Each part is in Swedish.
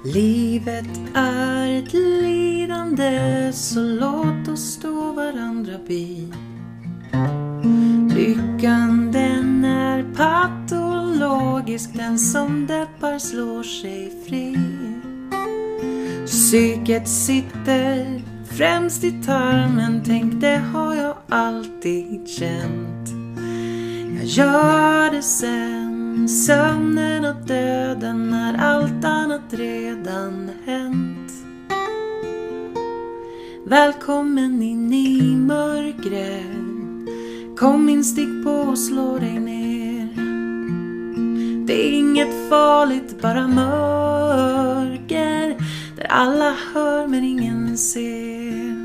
Livet är ett lidande, så låt oss stå varandra bi. Lyckan den är patologisk, den som deppar slår sig fri. Psyket sitter främst i tarmen, tänk det har jag alltid känt. Jag gör det sen, sömnen och döden, när allt annat redan hänt. Välkommen in i mörkret, kom in, stick på och slå dig ner. Det är inget farligt, bara mörker, där alla hör men ingen ser.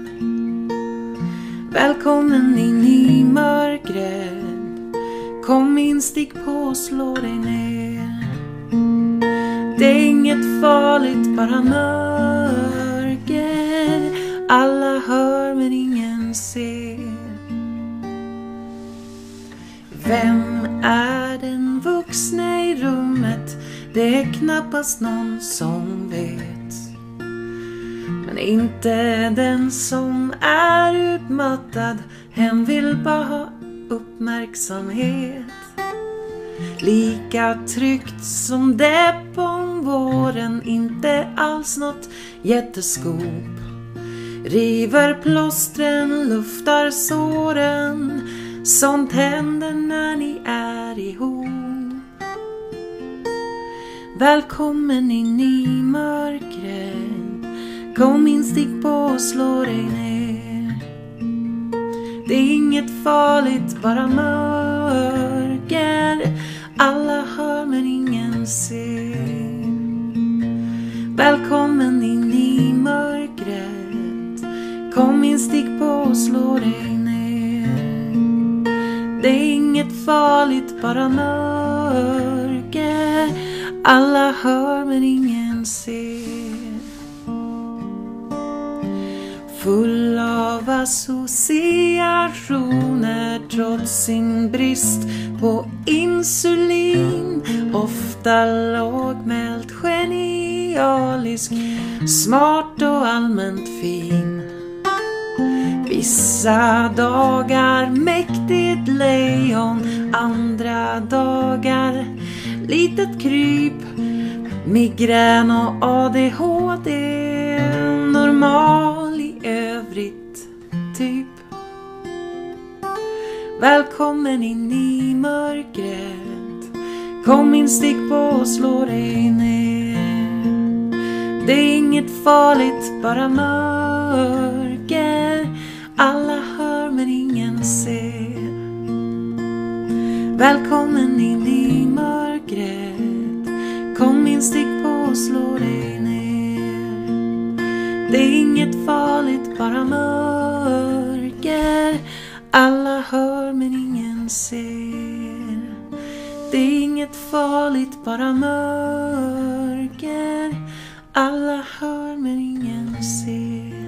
Välkommen in i mörkret, kom in, stick på och slå dig ner. Det är inget farligt, bara mörker, alla hör men ingen ser. Vem är den vuxna i rummet? Det är knappast någon som vet. Men inte den som är utmattad, hen vill bara ha uppmärksamhet. Lika tryggt som depp om våren, inte alls något jätteskop. River plåstren, luftar såren, sånt händer när ni är ihop. Välkommen in i mörkret, kom in, stick på och slå dig ner. Det är inget farligt, bara mörker, alla hör men ingen ser. Välkommen in i mörkret, kom in, stick på och slå dig ner. Det är inget farligt, bara mörker, alla hör men ingen ser. Full av associationer trots sin brist på insulin. Ofta lågmäld, genialisk, smart och allmänt fin. Vissa dagar mäktigt lejon, andra dagar litet kryp. Migrän och ADHD, normal i övrigt typ. Välkommen in i mörkret, kom in, stick på och slå dig ner. Det är inget farligt, bara mörker, alla hör men ingen ser. Välkommen in i mörkret, kom in, stick på och slå dig ner. Det är inget farligt, bara mörker, alla hör men ingen ser. Det är inget farligt, bara mörker, alla hör men ingen ser.